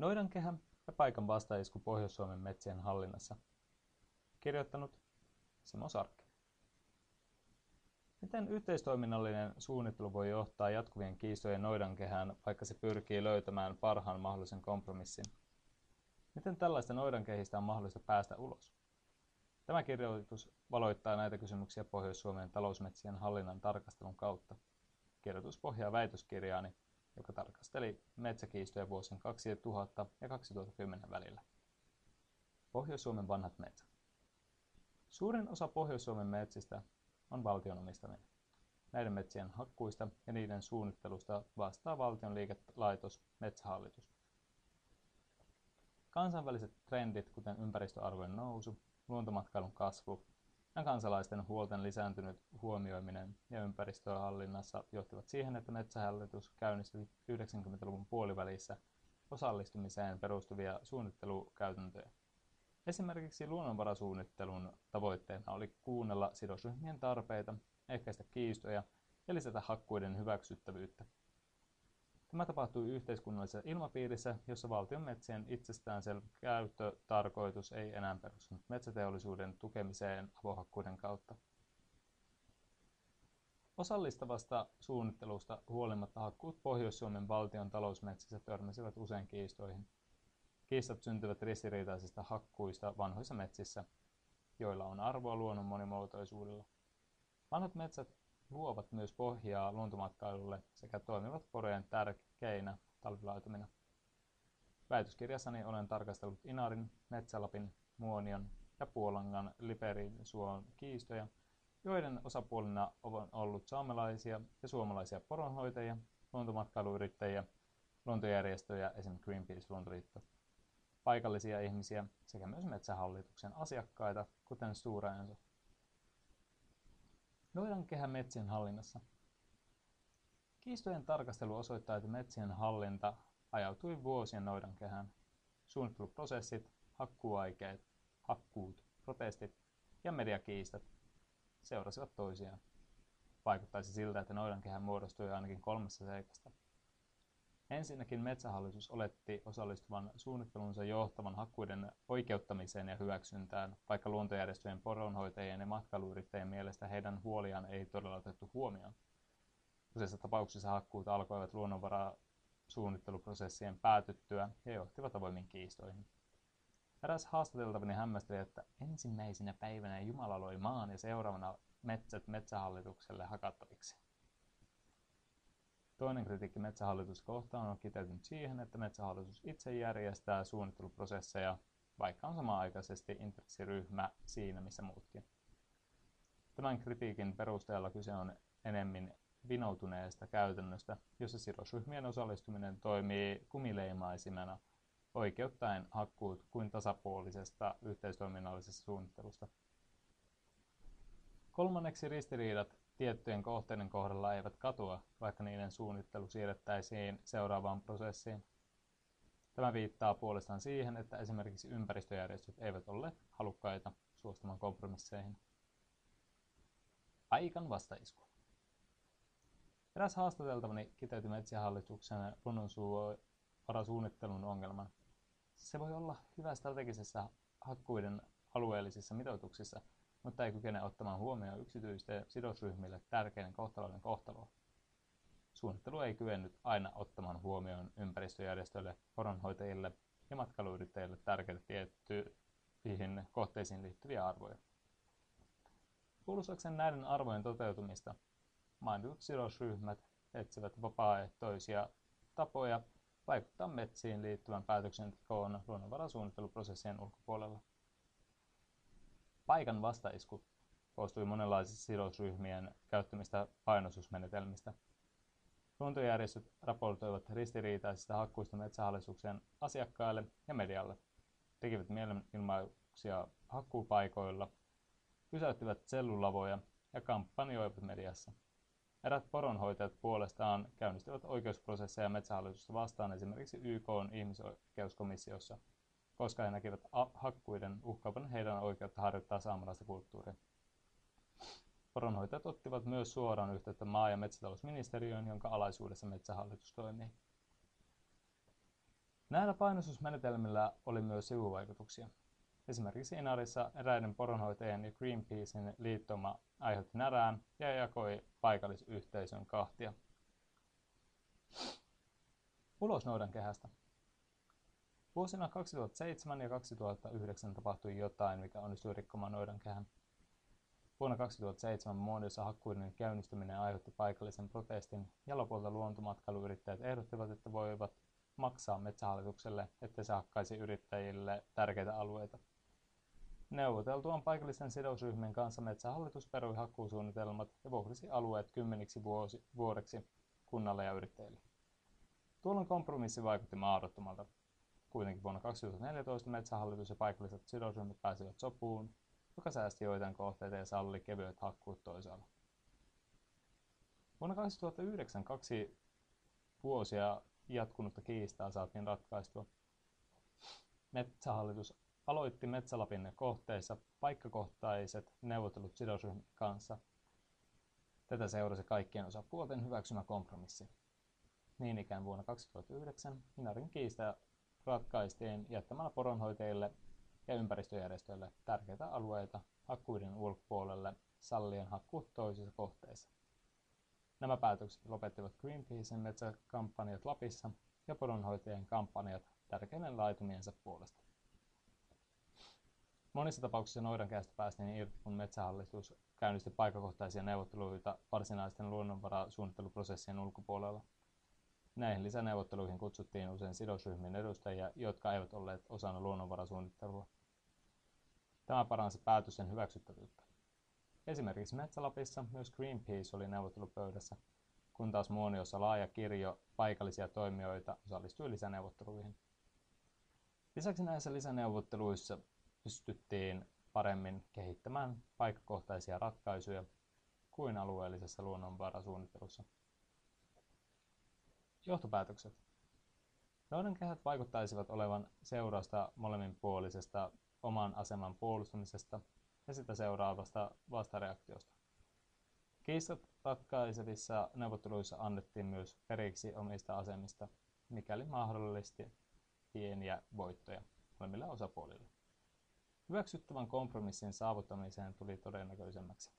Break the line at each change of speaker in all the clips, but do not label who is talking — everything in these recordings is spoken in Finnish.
Noidankehä ja paikan vastaisku Pohjois-Suomen metsien hallinnassa. Kirjoittanut Simo Sarkki. Miten yhteistoiminnallinen suunnittelu voi johtaa jatkuvien kiistojen noidankehään, vaikka se pyrkii löytämään parhaan mahdollisen kompromissin? Miten tällaista noidankehistä on mahdollista päästä ulos? Tämä kirjoitus valoittaa näitä kysymyksiä Pohjois-Suomen talousmetsien hallinnan tarkastelun kautta. Kirjoitus pohjaa väitöskirjaani, joka tarkasteli metsäkiistoja vuosien 2000 ja 2010 välillä. Pohjois-Suomen vanhat metsät. Suurin osa Pohjois-Suomen metsistä on valtion omistamia. Näiden metsien hakkuista ja niiden suunnittelusta vastaa valtion liikelaitos Metsähallitus. Kansainväliset trendit, kuten ympäristöarvojen nousu, luontomatkailun kasvu ja kansalaisten huolten lisääntynyt huomioiminen ja ympäristöhallinnassa johtivat siihen, että Metsähallitus käynnisti 90-luvun puolivälissä osallistumiseen perustuvia suunnittelukäytäntöjä. Esimerkiksi luonnonvarasuunnittelun tavoitteena oli kuunnella sidosryhmien tarpeita, ehkäistä kiistoja ja lisätä hakkuiden hyväksyttävyyttä. Tämä tapahtui yhteiskunnallisessa ilmapiirissä, jossa valtion metsien itsestäänselvä käyttötarkoitus ei enää perustunut metsäteollisuuden tukemiseen avohakkuiden kautta. Osallistavasta suunnittelusta huolimatta hakkuut Pohjois-Suomen valtion talousmetsissä törmäsivät usein kiistoihin. Kiistat syntyvät ristiriitaisista hakkuista vanhoissa metsissä, joilla on arvoa luonnon monimuotoisuudella. Vanhat metsät luovat myös pohjaa luontomatkailulle sekä toimivat porojen tärkeinä talvilaitumina. Väitöskirjassani olen tarkastellut Inarin, Metsälapin, Muonion ja Puolangan Liperinsuon kiistoja, joiden osapuolina on ollut saamelaisia ja suomalaisia poronhoitajia, luontomatkailuyrittäjiä, luontojärjestöjä, esimerkiksi Greenpeace-luontoliitto, paikallisia ihmisiä sekä myös Metsähallituksen asiakkaita, kuten Stora Enso. Noidankehä metsien hallinnassa. Kiistojen tarkastelu osoittaa, että metsien hallinta ajautui vuosien noidankehään. Suunnitteluprosessit, hakkuuaikeet, hakkuut, protestit ja mediakiistat seurasivat toisiaan. Vaikuttaisi siltä, että noidankehä muodostui ainakin 3 seikasta. Ensinnäkin Metsähallitus oletti osallistuvan suunnittelunsa johtavan hakkuiden oikeuttamiseen ja hyväksyntään, vaikka luontojärjestöjen, poronhoitajien ja matkailuyrittäjien mielestä heidän huoliaan ei todella otettu huomioon. Useissa tapauksissa hakkuut alkoivat luonnonvarasuunnitteluprosessien päätyttyä ja johtivat avoimiin kiistoihin. Eräs haastateltavani hämmästeli, että ensimmäisenä päivänä Jumala loi maan ja seuraavana metsät Metsähallitukselle hakattaviksi. Toinen kritiikki Metsähallitusta kohtaan on kiteytynyt siihen, että Metsähallitus itse järjestää suunnitteluprosesseja, vaikka on samanaikaisesti intressiryhmä siinä missä muutkin. Tämän kritiikin perusteella kyse on enemmän vinoutuneesta käytännöstä, jossa sidosryhmien osallistuminen toimii kumileimaisimena oikeuttaen hakkuut kuin tasapuolisesta yhteistoiminnallisesta suunnittelusta. Kolmanneksi ristiriidat tiettyjen kohteiden kohdalla eivät katoa, vaikka niiden suunnittelu siirrettäisiin seuraavaan prosessiin. Tämä viittaa puolestaan siihen, että esimerkiksi ympäristöjärjestöt eivät olleet halukkaita suostumaan kompromisseihin. Paikan vastaisku. Eräs haastateltavani kiteytyi Metsähallituksen luonnonvarasuunnittelun ongelman. Se voi olla hyvä strategisessa hakkuiden alueellisissa mitoituksissa, mutta ei kykene ottamaan huomioon yksityisten sidosryhmille tärkeiden kohtaloiden kohtaloa. Suunnittelu ei kyennyt aina ottamaan huomioon ympäristöjärjestöille, poronhoitajille ja matkailuyrittäjille tärkeitä tiettyihin kohteisiin liittyviä arvoja. Puolustakseen näiden arvojen toteutumista mainitut sidosryhmät etsivät vapaaehtoisia tapoja vaikuttaa metsiin liittyvän päätöksentekoon luonnonvarasuunnitteluprosessien ulkopuolella. Paikan vastaisku koostui monenlaisista sidosryhmien käyttämistä painostusmenetelmistä. Luontojärjestöt raportoivat ristiriitaisista hakkuista Metsähallituksen asiakkaille ja medialle, tekivät mielenilmauksia hakkuupaikoilla, pysäyttivät sellulavoja ja kampanjoivat mediassa. Erät poronhoitajat puolestaan käynnistivät oikeusprosesseja Metsähallitusta vastaan esimerkiksi YK:n ihmisoikeuskomissiossa, koska he näkivät hakkuiden uhkaavan heidän oikeutta harjoittaa saamelaista kulttuuria. Poronhoitajat ottivat myös suoraan yhteyttä maa- ja metsätalousministeriöön, jonka alaisuudessa Metsähallitus toimii. Näillä painostusmenetelmillä oli myös sivuvaikutuksia. Esimerkiksi Inarissa eräiden poronhoitajien ja Greenpeacen liittoma aiheutti närään ja jakoi paikallisyhteisön kahtia. Ulos noidankehästä. Vuosina 2007 ja 2009 tapahtui jotain, mikä onnistui rikkomaan noidankehän. Vuonna 2007 muodossa hakkuiden käynnistyminen aiheutti paikallisen protestin ja lopulta luontomatkailuyrittäjät ehdottivat, että voivat maksaa Metsähallitukselle, että se hakkaisi yrittäjille tärkeitä alueita. Neuvoteltuaan paikallisten sidosryhmien kanssa Metsähallitus perui hakkuusuunnitelmat ja vuokrasi alueet 10 vuodeksi kunnalle ja yrittäjille. Tuolloin kompromissi vaikutti mahdottomalta. Kuitenkin vuonna 2014 Metsähallitus ja paikalliset sidosryhmät pääsivät sopuun, joka säästi joitain kohteita ja salli kevyet hakkuut toisaalla. Vuonna 2009 2 vuosia jatkunutta kiistaa saatiin ratkaistua. Metsähallitus aloitti Metsä-Lapin kohteissa paikkakohtaiset neuvottelut sidosryhmien kanssa. Tätä seurasi kaikkien osapuolten hyväksymä kompromissi. Niin ikään vuonna 2009 Inarin kiista ratkaistiin jättämällä poronhoitajille ja ympäristöjärjestöille tärkeitä alueita hakkuiden ulkopuolelle sallien hakkuut toisissa kohteissa. Nämä päätökset lopettivat Greenpeacen metsäkampanjat Lapissa ja poronhoitajien kampanjat tärkeiden laitumiensa puolesta. Monissa tapauksissa noidankehästä päästiin irti, kun Metsähallitus käynnisti paikkakohtaisia neuvotteluita varsinaisten luonnonvarasuunnitteluprosessien ulkopuolella. Näihin lisäneuvotteluihin kutsuttiin usein sidosryhmien edustajia, jotka eivät olleet osana luonnonvarasuunnittelua. Tämä paransi päätösten hyväksyttävyyttä. Esimerkiksi Metsä-Lapissa myös Greenpeace oli neuvottelupöydässä, kun taas Muoniossa laaja kirjo paikallisia toimijoita osallistui lisäneuvotteluihin. Lisäksi näissä lisäneuvotteluissa pystyttiin paremmin kehittämään paikkakohtaisia ratkaisuja kuin alueellisessa luonnonvarasuunnittelussa. Johtopäätökset. Noidankehät vaikuttaisivat olevan seurausta molemminpuolisesta oman aseman puolustamisesta ja sitä seuraavasta vastareaktiosta. Kiistat ratkaisevissa neuvotteluissa annettiin myös periksi omista asemista, mikäli mahdollisesti pieniä voittoja molemmille osapuolille. Hyväksyttävän kompromissin saavuttamiseen tuli todennäköisemmäksi.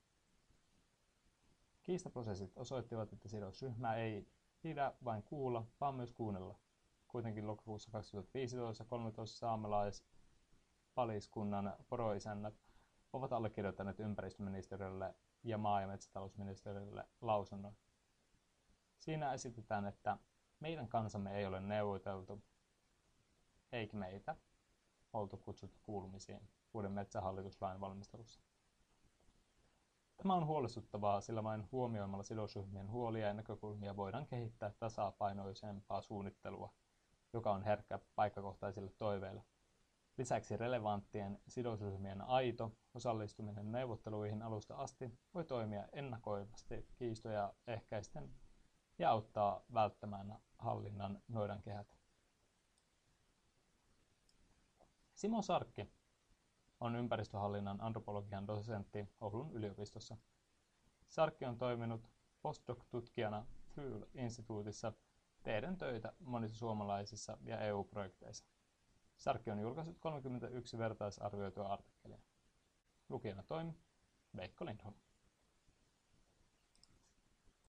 Kiistaprosessit osoittivat, että sidosryhmää ei pidä vain kuulla, vaan myös kuunnella. Kuitenkin lokakuussa 2015 13 saamelaispaliskunnan poroisännät ovat allekirjoittaneet ympäristöministeriölle ja maa- ja metsätalousministeriölle lausunnon. Siinä esitetään, että meidän kansamme ei ole neuvoteltu, eikä meitä oltu kutsuttu kuulumisiin uuden metsähallituslain valmistelussa. Tämä on huolestuttavaa, sillä vain huomioimalla sidosryhmien huolia ja näkökulmia voidaan kehittää tasapainoisempaa suunnittelua, joka on herkkä paikkakohtaisille toiveille. Lisäksi relevanttien sidosryhmien aito osallistuminen neuvotteluihin alusta asti voi toimia ennakoivasti kiistoja ehkäisten ja auttaa välttämään hallinnan noidankehät. Simo Sarkki on ympäristöhallinnan antropologian dosentti Oulun yliopistossa. Sarkki on toiminut postdoc-tutkijana FYL-instituutissa tehden töitä monissa suomalaisissa ja EU-projekteissa. Sarkki on julkaissut 31 vertaisarvioitua artikkelia. Lukijana toimi Veikko Lindholm.